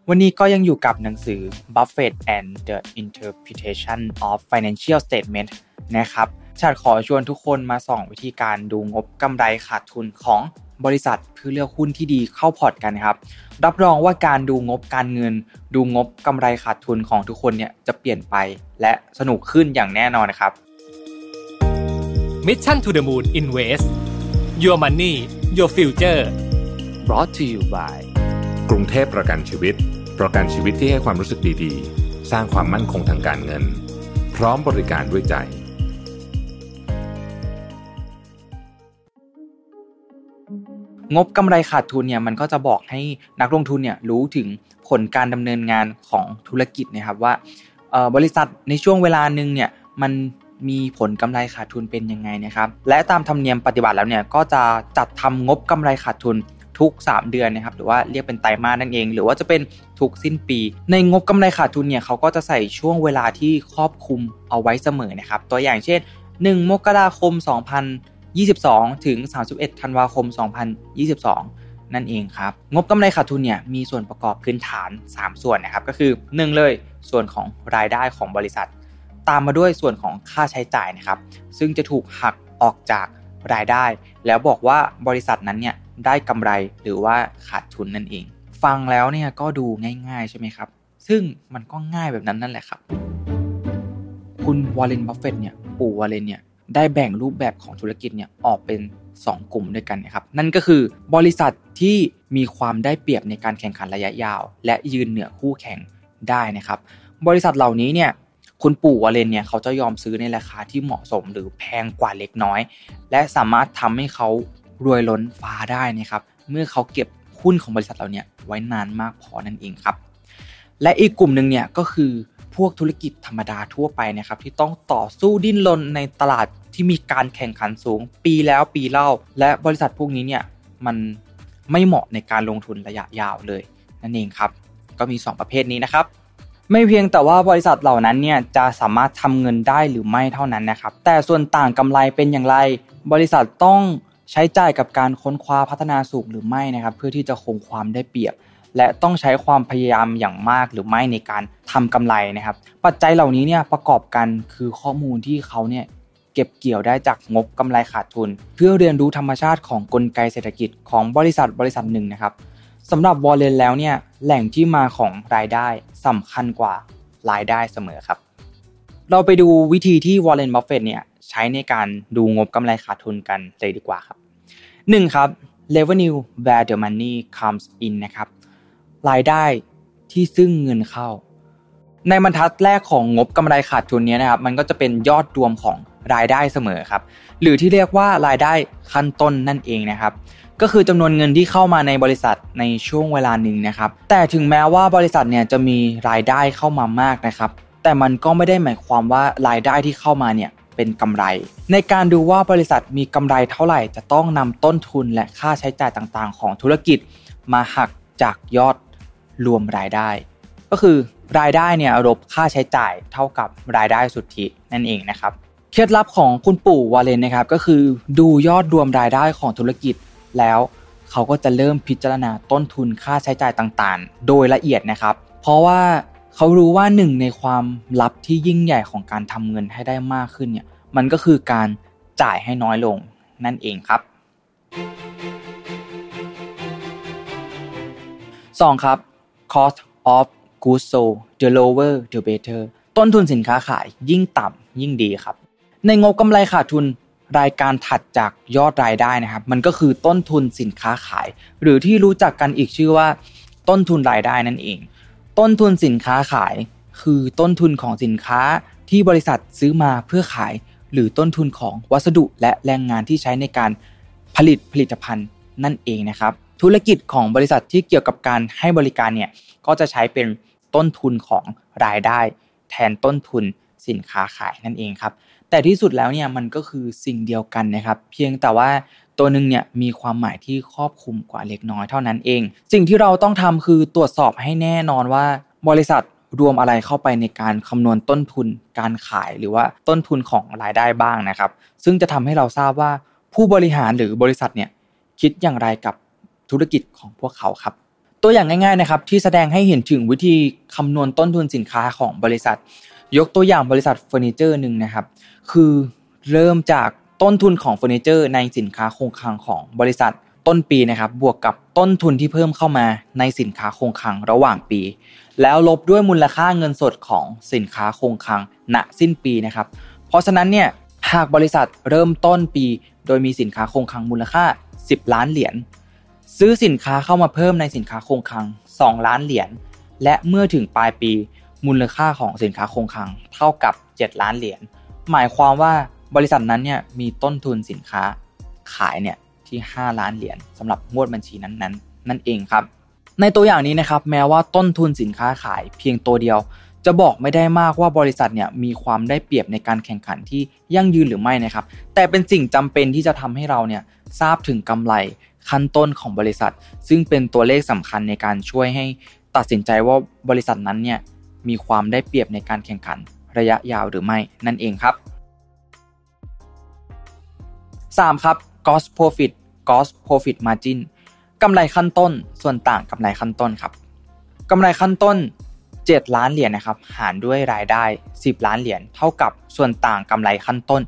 วันนี้ก็ยังอยู่กับหนังสือ Buffett and the Interpretation of Financial Statement นะครับฉันขอชวนทุกคนมาส่องวิธีการดูงบกำไรขาดทุนของบริษัทเพื่อเลือกหุ้นที่ดีเข้าพอร์ตกันนะครับรับรองว่าการดูงบการเงินดูงบกำไรขาดทุนของทุกคนเนี่ยจะเปลี่ยนไปและสนุกขึ้นอย่างแน่นอนนะครับ Mission to the Moon Invest Your Money Your Future brought to you by กรุงเทพประกันชีวิตประกันชีวิตที่ให้ความรู้สึกดีๆสร้างความมั่นคงทางการเงินพร้อมบริการด้วยใจงบกำไรขาดทุนเนี่ยมันก็จะบอกให้นักลงทุนเนี่ยรู้ถึงผลการดำเนินงานของธุรกิจนะครับว่าบริษัทในช่วงเวลานึงเนี่ยมันมีผลกำไรขาดทุนเป็นยังไงนะครับและตามธรรมเนียมปฏิบัติแล้วเนี่ยก็จะจัดทำงบกำไรขาดทุนทุก3เดือนนะครับหรือว่าเรียกเป็นไตรมาสนั่นเองหรือว่าจะเป็นทุกสิ้นปีในงบกำไรขาดทุนเนี่ยเขาก็จะใส่ช่วงเวลาที่ครอบคลุมเอาไว้เสมอนะครับตัวอย่างเช่น1มกราคม2022ถึง31ธันวาคม2022นั่นเองครับงบกำไรขาดทุนเนี่ยมีส่วนประกอบพื้นฐาน3ส่วนนะครับก็คือ1เลยส่วนของรายได้ของบริษัทตามมาด้วยส่วนของค่าใช้จ่ายนะครับซึ่งจะถูกหักออกจากรายได้แล้วบอกว่าบริษัทนั้นเนี่ยได้กำไรหรือว่าขาดทุนนั่นเองฟังแล้วเนี่ยก็ดูง่ายๆใช่ไหมครับซึ่งมันก็ง่ายแบบนั้นนั่นแหละครับคุณวอร์เรน บัฟเฟตต์เนี่ยปู่วอร์เรนเนี่ยได้แบ่งรูปแบบของธุรกิจเนี่ยออกเป็น2กลุ่มด้วยกันนะครับนั่นก็คือบริษัทที่มีความได้เปรียบในการแข่งขันระยะยาวและยืนเหนือคู่แข่งได้นะครับบริษัทเหล่านี้เนี่ยคุณปู่วอร์เรนเนี่ยเขาจะยอมซื้อในราคาที่เหมาะสมหรือแพงกว่าเล็กน้อยและสามารถทำให้เขารวยล้นฟ้าได้นะครับเมื่อเขาเก็บหุ้นของบริษัทเราเนี่ยไว้นานมากพอนั่นเองครับและอีกกลุ่มนึงเนี่ยก็คือพวกธุรกิจธรรมดาทั่วไปนะครับที่ต้องต่อสู้ดิ้นรนในตลาดที่มีการแข่งขันสูงปีแล้วปีเล่าและบริษัทพวกนี้เนี่ยมันไม่เหมาะในการลงทุนระยะยาวเลยนั่นเองครับก็มี2ประเภทนี้นะครับไม่เพียงแต่ว่าบริษัทเหล่านั้นเนี่ยจะสามารถทำเงินได้หรือไม่เท่านั้นนะครับแต่ส่วนต่างกำไรเป็นอย่างไรบริษัทต้องใช้จ่ายกับการค้นคว้าพัฒนาสูงหรือไม่นะครับเพื่อที่จะคงความได้เปรียบและต้องใช้ความพยายามอย่างมากหรือไม่ในการทำกำไรนะครับปัจจัยเหล่านี้เนี่ยประกอบกันคือข้อมูลที่เขาเนี่ยเก็บเกี่ยวได้จากงบกำไรขาดทุนเพื่อเรียนรู้ธรรมชาติของกลไกเศรษฐกิจของบริษัทหนึ่งนะครับสำหรับวอร์เรนแล้วเนี่ยแหล่งที่มาของรายได้สำคัญกว่ารายได้เสมอครับเราไปดูวิธีที่วอร์เรน บัฟเฟตต์เนี่ยใช้ในการดูงบกำไรขาดทุนกันเลยดีกว่าครับ1ครับ revenue where the money comes in นะครับรายได้ที่ซึ่งเงินเข้าในบรรทัดแรกของงบกำไรขาดทุนนี้นะครับมันก็จะเป็นยอดรวมของรายได้เสมอครับหรือที่เรียกว่ารายได้ขั้นต้นนั่นเองนะครับก็คือจำนวนเงินที่เข้ามาในบริษัทในช่วงเวลาหนึ่งนะครับแต่ถึงแม้ว่าบริษัทเนี่ยจะมีรายได้เข้ามามากนะครับแต่มันก็ไม่ได้หมายความว่ารายได้ที่เข้ามาเนี่ยเป็นกำไรในการดูว่าบริษัทมีกำไรเท่าไหร่จะต้องนำต้นทุนและค่าใช้จ่ายต่างๆของธุรกิจมาหักจากยอดรวมรายได้ก็คือรายได้เนี่ยลบค่าใช้จ่ายเท่ากับรายได้สุทธินั่นเองนะครับเคล็ดลับของคุณปู่วอร์เรนนะครับก็คือดูยอดรวมรายได้ของธุรกิจแล้วเขาก็จะเริ่มพิจารณาต้นทุนค่าใช้จ่ายต่างๆโดยละเอียดนะครับเพราะว่าเขารู้ว่าหนึ่งในความลับที่ยิ่งใหญ่ของการทำเงินให้ได้มากขึ้นเนี่ยมันก็คือการจ่ายให้น้อยลงนั่นเองครับ2ครับ cost of goods sold the lower the better ต้นทุนสินค้าขายยิ่งต่ำยิ่งดีครับในงบกำไรขาดทุนรายการถัดจากยอดรายได้นะครับมันก็คือต้นทุนสินค้าขายหรือที่รู้จักกันอีกชื่อว่าต้นทุนรายได้นั่นเองต้นทุนสินค้าขายคือต้นทุนของสินค้าที่บริษัทซื้อมาเพื่อขายหรือต้นทุนของวัสดุและแรงงานที่ใช้ในการผลิตภัณฑ์นั่นเองนะครับธุรกิจของบริษัทที่เกี่ยวกับการให้บริการเนี่ยก็จะใช้เป็นต้นทุนของรายได้แทนต้นทุนสินค้าขายนั่นเองครับแต่ที่สุดแล้วเนี่ยมันก็คือสิ่งเดียวกันนะครับเพียงแต่ว่าตัวนึงเนี่ยมีความหมายที่ครอบคลุมกว่าเล็กน้อยเท่านั้นเองสิ่งที่เราต้องทำคือตรวจสอบให้แน่นอนว่าบริษัทรวมอะไรเข้าไปในการคำนวณต้นทุนการขายหรือว่าต้นทุนของรายได้บ้างนะครับซึ่งจะทำให้เราทราบว่าผู้บริหารหรือบริษัทเนี่ยคิดอย่างไรกับธุรกิจของพวกเขาครับตัวอย่างง่ายๆนะครับที่แสดงให้เห็นถึงวิธีคำนวณต้นทุนสินค้าของบริษัทยกตัวอย่างบริษัทเฟอร์นิเจอร์นึงนะครับคือเริ่มจากต้นทุนของเฟอร์นิเจอร์ในสินค้าคงคลังของบริษัทต้นปีนะครับบวกกับต้นทุนที่เพิ่มเข้ามาในสินค้าคงคลังระหว่างปีแล้วลบด้วยมูลค่าเงินสดของสินค้าคงคลังณสิ้นปีนะครับเพราะฉะนั้นเนี่ยหากบริษัทเริ่มต้นปีโดยมีสินค้าคงคลังมูลค่า10ล้านเหรียญซื้อสินค้าเข้ามาเพิ่มในสินค้าคงคลัง2ล้านเหรียญและเมื่อถึงปลายปีมูลค่าของสินค้าคงคลังเท่ากับ7ล้านเหรียญหมายความว่าบริษัทนั้นเนี่ยมีต้นทุนสินค้าขายเนี่ยที่5ล้านเหรียญสำหรับงวดบัญชีนั้นนั่นเองครับในตัวอย่างนี้นะครับแม้ว่าต้นทุนสินค้าขายเพียงตัวเดียวจะบอกไม่ได้มากว่าบริษัทเนี่ยมีความได้เปรียบในการแข่งขันที่ยั่งยืนหรือไม่นะครับแต่เป็นสิ่งจำเป็นที่จะทำให้เราเนี่ยทราบถึงกำไรขั้นต้นของบริษัทซึ่งเป็นตัวเลขสำคัญในการช่วยให้ตัดสินใจว่าบริษัทนั้นเนี่ยมีความได้เปรียบในการแข่งขันระยะยาวหรือไม่นั่นเองครับ 3 ครับ gross profit margin กำไรขั้นต้นส่วนต่างกำไรขั้นต้นครับกำไรขั้นต้น7ล้านเหรียญนะครับหารด้วยรายได้10ล้านเหรียญเท่ากับส่วนต่างกำไรขั้นต้น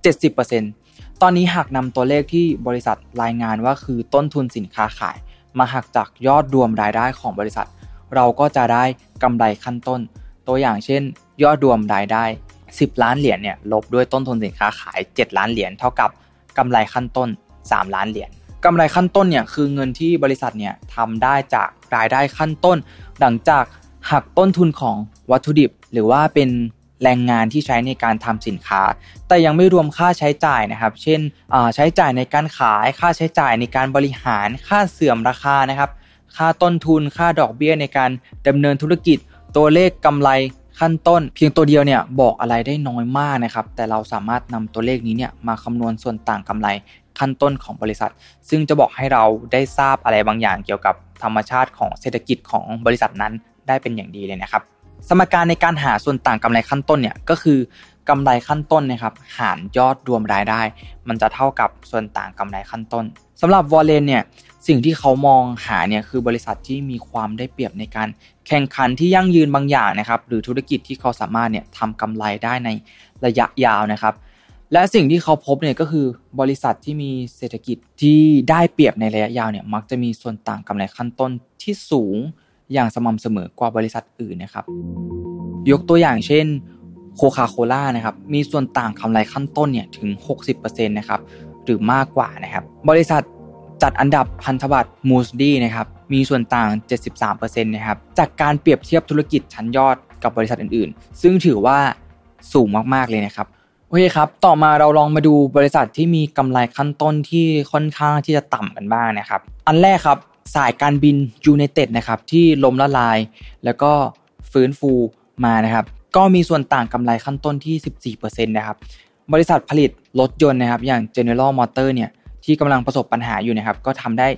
70% ตอนนี้หากนำตัวเลขที่บริษัทรายงานว่าคือต้นทุนสินค้าขายมาหักจากยอดรวมรายได้ของบริษัทเราก็จะได้กำไรขั้นต้นตัวอย่างเช่นยอดรวมรายได้10ล้านเหรียญเนี่ยลบด้วยต้นทุนสินค้าขาย7ล้านเหรียญเท่ากับกำไรขั้นต้น3ล้านเหรียญกำไรขั้นต้นเนี่ยคือเงินที่บริษัทเนี่ยทำได้จากรายได้ขั้นต้นหลังจากหักต้นทุนของวัตถุดิบหรือว่าเป็นแรงงานที่ใช้ในการทำสินค้าแต่ยังไม่รวมค่าใช้จ่ายนะครับเช่นใช้จ่ายในการขายค่าใช้จ่ายในการบริหารค่าเสื่อมราคานะครับค่าต้นทุนค่าดอกเบี้ยในการดำเนินธุรกิจตัวเลขกำไรขั้นต้นเพียงตัวเดียวเนี่ยบอกอะไรได้น้อยมากนะครับแต่เราสามารถนำตัวเลขนี้เนี่ยมาคำนวณส่วนต่างกำไรขั้นต้นของบริษัทซึ่งจะบอกให้เราได้ทราบอะไรบางอย่างเกี่ยวกับธรรมชาติของเศรษฐกิจของบริษัทนั้นได้เป็นอย่างดีเลยนะครับสมการในการหาส่วนต่างกำไรขั้นต้นเนี่ยก็คือกำไรขั้นต้นนะครับหารยอดรวมรายได้มันจะเท่ากับส่วนต่างกำไรขั้นต้นสำหรับวอลเลนเนี่ยสิ่งที่เขามองหาเนี่ยคือบริษัทที่มีความได้เปรียบในการแข่งขันที่ยั่งยืนบางอย่างนะครับหรือธุรกิจที่เขาสามารถเนี่ยทำกำไรได้ในระยะยาวนะครับและสิ่งที่เขาพบเนี่ยก็คือบริษัทที่มีเศรษฐกิจที่ได้เปรียบในระยะยาวเนี่ยมักจะมีส่วนต่างกำไรขั้นต้นที่สูงอย่างสม่ำเสมอกว่าบริษัทอื่นนะครับยกตัวอย่างเช่นโคคาโคล่านะครับมีส่วนต่างกำไรขั้นต้นเนี่ยถึง 60% นะครับหรือมากกว่านะครับบริษัทจัดอันดับพันธบัตร Moody นะครับมีส่วนต่าง 73% นะครับจากการเปรียบเทียบธุรกิจชั้นยอดกับบริษัทอื่นๆซึ่งถือว่าสูงมากๆเลยนะครับโอเคครับต่อมาเราลองมาดูบริษัทที่มีกำไรขั้นต้นที่ค่อนข้างที่จะต่ำกันบ้างนะครับอันแรกครับสายการบินยูไนเต็ดนะครับที่ล้มละลายแล้วก็ฟื้นฟูมานะครับก็มีส่วนต่างกำไรขั้นต้นที่ 14% นะครับบริษัทผลิตรถยนต์นะครับอย่าง General Motors เนี่ยที่กำลังประสบปัญหาอยู่นะครับก็ทำได้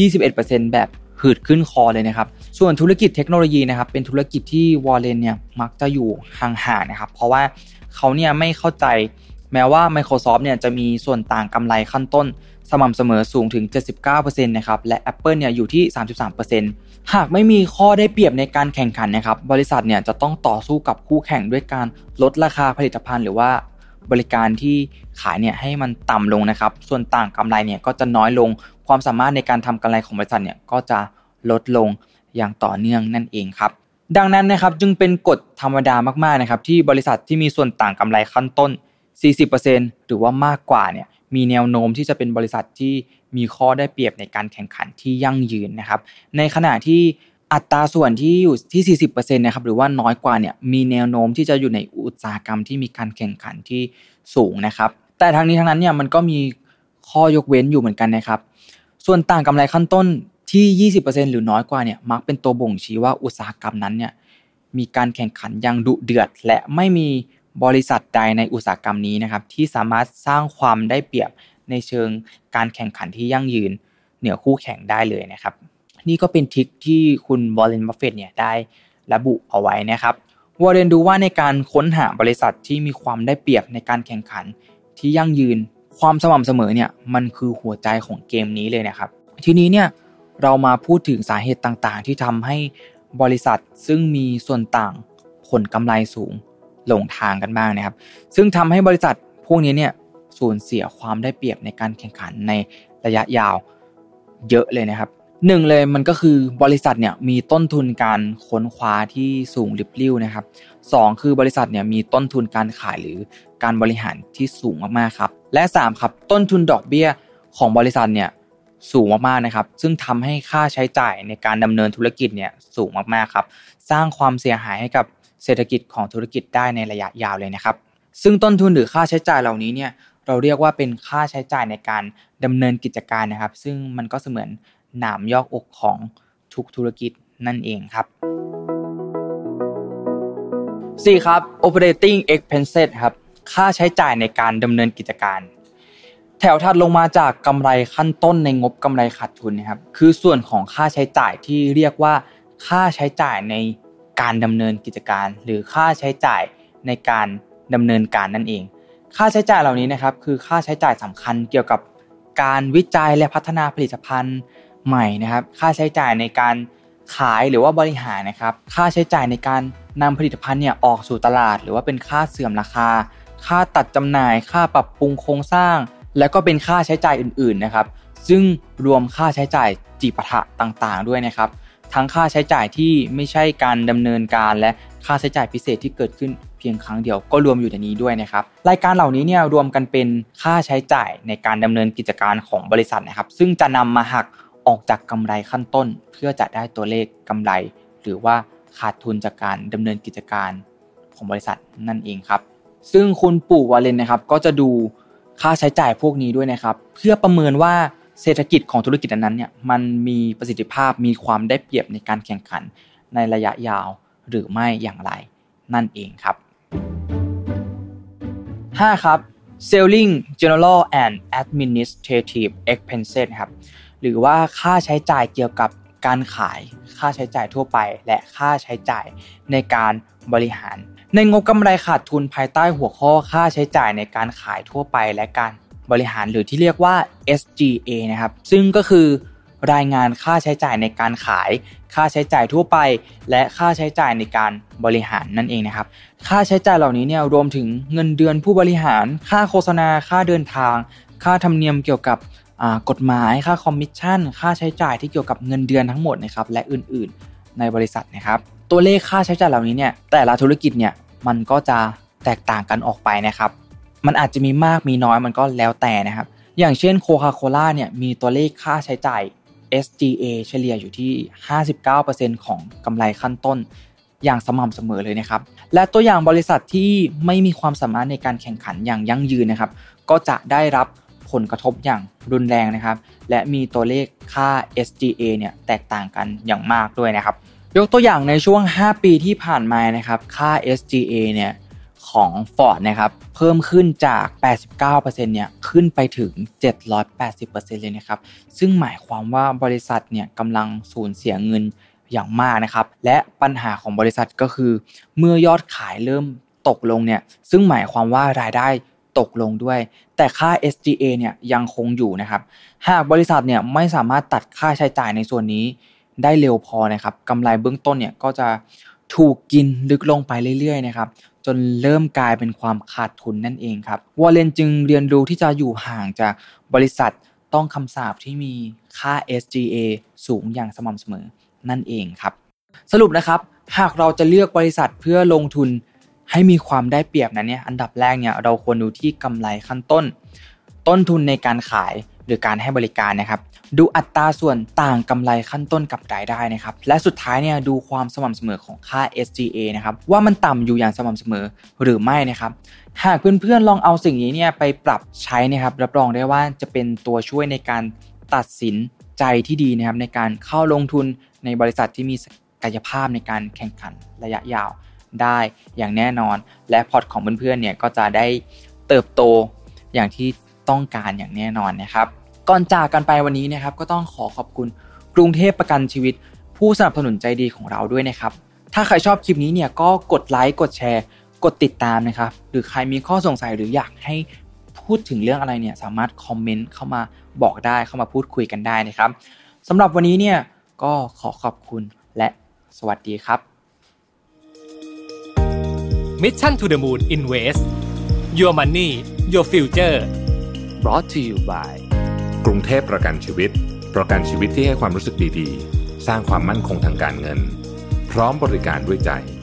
21% แบบหืดขึ้นคอเลยนะครับส่วนธุรกิจเทคโนโลยีนะครับเป็นธุรกิจที่วอร์เรนเนี่ยมักจะอยู่ห่างๆนะครับเพราะว่าเขาเนี่ยไม่เข้าใจแม้ว่า Microsoft เนี่ยจะมีส่วนต่างกำไรขั้นต้นสม่ำเสมอสูงถึง 79% นะครับและ Apple เนี่ยอยู่ที่ 33% หากไม่มีข้อได้เปรียบในการแข่งขันนะครับบริษัทเนี่ยจะต้องต่อสู้กับคู่แข่งด้วยการลดราคาผลิตภัณฑ์หรือว่าบริการที่ขายเนี่ยให้มันต่ำลงนะครับส่วนต่างกำไรเนี่ยก็จะน้อยลงความสามารถในการทำกำไรของบริษัทเนี่ยก็จะลดลงอย่างต่อเนื่องนั่นเองครับดังนั้นนะครับจึงเป็นกฎธรรมดามากๆนะครับที่บริษัทที่มีส่วนต่างกำไรขั้นต้น 40% หรือว่ามากกว่าเนี่ยมีแนวโน้มที่จะเป็นบริษัทที่มีข้อได้เปรียบในการแข่งขันที่ยั่งยืนนะครับในขณะที่อัตราส่วนที่อยู่ที่ 40% นะครับหรือว่าน้อยกว่าเนี่ยมีแนวโน้มที่จะอยู่ในอุตสาหกรรมที่มีการแข่งขันที่สูงนะครับแต่ทั้งนี้ทั้งนั้นเนี่ยมันก็มีข้อยกเว้นอยู่เหมือนกันนะครับส่วนต่างกำไรขั้นต้นที่ 20% หรือน้อยกว่าเนี่ยมักเป็นตัวบ่งชี้ว่าอุตสาหกรรมนั้นเนี่ยมีการแข่งขันอย่างดุเดือดและไม่มีบริษัทใดในอุตสาหกรรมนี้นะครับที่สามารถสร้างความได้เปรียบในเชิงการแข่งขันที่ยั่งยืนเหนือคู่แข่งได้เลยนะครับนี่ก็เป็นทริคที่คุณวอร์เรน บัฟเฟตต์เนี่ยได้ระบุเอาไว้นะครับวอร์เรนดูว่าในการค้นหาบริษัทที่มีความได้เปรียบในการแข่งขันที่ยั่งยืนความสม่ำเสมอเนี่ยมันคือหัวใจของเกมนี้เลยนะครับทีนี้เนี่ยวเรามาพูดถึงสาเหตุต่างๆที่ทำให้บริษัทซึ่งมีส่วนต่างผลกำไรสูงหลงทางกันบ้างนะครับซึ่งทำให้บริษัทพวกนี้เนี่ยสูญเสียความได้เปรียบในการแข่งขันในระยะยาวเยอะเลยนะครับหนึ่งเลยมันก็คือบริษัทเนี่ยมีต้นทุนการค้นคว้าที่สูงริบลิ่วนะครับสองคือบริษัทเนี่ยมีต้นทุนการขายหรือการบริหารที่สูงมากๆครับและสามครับต้นทุนดอกเบี้ยของบริษัทเนี่ยสูงมากๆนะครับซึ่งทำให้ค่าใช้จ่ายในการดำเนินธุรกิจเนี่ยสูงมากๆครับสร้างความเสียหายให้กับเศรษฐกิจของธุรกิจได้ในระยะยาวเลยนะครับซึ่งต้นทุนหรือค่าใช้จ่ายเหล่านี้เนี่ยเราเรียกว่าเป็นค่าใช้จ่ายในการดำเนินกิจการนะครับซึ่งมันก็เสมือนหนามยอกอกของทุกธุรกิจนั่นเองครับ 4. ครับ operating expenses ครับค่าใช้จ่ายในการดำเนินกิจการแถวถัดลงมาจากกำไรขั้นต้นในงบกำไรขาดทุนนะครับคือส่วนของค่าใช้จ่ายที่เรียกว่าค่าใช้จ่ายในการดำเนินกิจการหรือค่าใช้จ่ายในการดำเนินการนั่นเองค่าใช้จ่ายเหล่านี้นะครับคือค่าใช้จ่ายสำคัญเกี่ยวกับการวิจัยและพัฒนาผลิตภัณฑ์ใหม่นะครับค่าใช้จ่ายในการขายหรือว่าบริหารนะครับค่าใช้จ่ายในการนำผลิตภัณฑ์เนี่ยออกสู่ตลาดหรือว่าเป็นค่าเสื่อมราคาค่าตัดจำหน่ายค่าปรับปรุงโครงสร้างแล้วก็เป็นค่าใช้จ่ายอื่นๆนะครับซึ่งรวมค่าใช้จ่ายจิปาถะต่างๆด้วยนะครับทั้งค่าใช้จ่ายที่ไม่ใช่การดำเนินการและค่าใช้จ่ายพิเศษที่เกิดขึ้นเพียงครั้งเดียวก็รวมอยู่ในนี้ด้วยนะครับรายการเหล่านี้เนี่ยรวมกันเป็นค่าใช้จ่ายในการดำเนินกิจการของบริษัทนะครับซึ่งจะนำมาหักออกจากกำไรขั้นต้นเพื่อจะได้ตัวเลขกำไรหรือว่าขาดทุนจากการดำเนินกิจการของบริษัทนั่นเองครับซึ่งคุณปู่วาเลนนะครับก็จะดูค่าใช้จ่ายพวกนี้ด้วยนะครับเพื่อประเมินว่าเศรษฐกิจของธุรกิจนั้นเนี่ยมันมีประสิทธิภาพมีความได้เปรียบในการแข่งขันในระยะยาวหรือไม่อย่างไรนั่นเองครับ 5. ครับ Selling General and Administrative Expenses ครับหรือว่าค่าใช้จ่ายเกี่ยวกับการขายค่าใช้จ่ายทั่วไปและค่าใช้จ่ายในการบริหารในงบกำไรขาดทุนภายใต้หัวข้อค่าใช้จ่ายในการขายทั่วไปและการบริหารหรือที่เรียกว่า SG&A นะครับซึ่งก็คือรายงานค่าใช้จ่ายในการขายค่าใช้จ่ายทั่วไปและค่าใช้จ่ายในการบริหารนั่นเองนะครับค่าใช้จ่ายเหล่านี้เนี่ยรวมถึงเงินเดือนผู้บริหารค่าโฆษณาค่าเดินทางค่าธรรมเนียมเกี่ยวกับกฎหมายค่าคอมมิชชั่นค่าใช้จ่ายที่เกี่ยวกับเงินเดือนทั้งหมดนะครับและอื่นๆในบริษัทนะครับตัวเลขค่าใช้จ่ายเหล่านี้เนี่ยแต่ละธุรกิจเนี่ยมันก็จะแตกต่างกันออกไปนะครับมันอาจจะมีมากมีน้อยมันก็แล้วแต่นะครับอย่างเช่นโคคาโคล่าเนี่ยมีตัวเลขค่าใช้จ่าย SG&A เฉลี่ยอยู่ที่ 59% ของกำไรขั้นต้นอย่างสม่ำเสมอเลยนะครับและตัวอย่างบริษัทที่ไม่มีความสามารถในการแข่งขันอย่างยั่งยืนนะครับก็จะได้รับผลกระทบอย่างรุนแรงนะครับและมีตัวเลขค่า SG&A เนี่ยแตกต่างกันอย่างมากด้วยนะครับยกตัวอย่างในช่วง5ปีที่ผ่านมานะครับค่า SG&A เนี่ยของ Ford นะครับเพิ่มขึ้นจาก 89% เนี่ยขึ้นไปถึง 780% เลยนะครับซึ่งหมายความว่าบริษัทเนี่ยกำลังสูญเสียเงินอย่างมากนะครับและปัญหาของบริษัทก็คือเมื่อยอดขายเริ่มตกลงเนี่ยซึ่งหมายความว่ารายได้ตกลงด้วยแต่ค่า SG&A เนี่ยยังคงอยู่นะครับหากบริษัทเนี่ยไม่สามารถตัดค่าใช้จ่ายในส่วนนี้ได้เร็วพอนะครับกำไรเบื้องต้นเนี่ยก็จะถูกกินลึกลงไปเรื่อยๆนะครับจนเริ่มกลายเป็นความขาดทุนนั่นเองครับวอลเลนจึงเรียนรู้ที่จะอยู่ห่างจากบริษัทต้องคำสาปที่มีค่า SG&A สูงอย่างสม่ำเสมอนั่นเองครับสรุปนะครับหากเราจะเลือกบริษัทเพื่อลงทุนให้มีความได้เปรียบนั้นเนี่ยอันดับแรกเนี่ยเราควรดูที่กำไรขั้นต้นต้นทุนในการขายหรือการให้บริการนะครับดูอัตราส่วนต่างกำไรขั้นต้นกับรายได้นะครับและสุดท้ายเนี่ยดูความสม่ำเสมอของค่า SG&A นะครับว่ามันต่ำอยู่อย่างสม่ำเสมอหรือไม่นะครับหากเพื่อนๆลองเอาสิ่งนี้เนี่ยไปปรับใช้นะครับรับรองได้ว่าจะเป็นตัวช่วยในการตัดสินใจที่ดีนะครับในการเข้าลงทุนในบริษัทที่มีศักยภาพในการแข่งขันระยะยาวได้อย่างแน่นอนและพอร์ตของเพื่อนๆเนี่ยก็จะได้เติบโตอย่างที่ต้องการอย่างแน่นอนนะครับก่อนจากกันไปวันนี้นะครับก็ต้องขอบคุณกรุงเทพประกันชีวิตผู้สนับสนุนใจดีของเราด้วยนะครับถ้าใครชอบคลิปนี้เนี่ยก็กดไลค์กดแชร์กดติดตามนะครับหรือใครมีข้อสงสัยหรืออยากให้พูดถึงเรื่องอะไรเนี่ยสามารถคอมเมนต์เข้ามาบอกได้เข้ามาพูดคุยกันได้นะครับสำหรับวันนี้เนี่ยก็ขอขอบคุณและสวัสดีครับ Mission to the Moon Invest Your Money Your Future brought to you by กรุงเทพประกันชีวิตประกันชีวิตที่ให้ความรู้สึกดีๆสร้างความมั่นคงทางการเงินพร้อมบริการด้วยใจ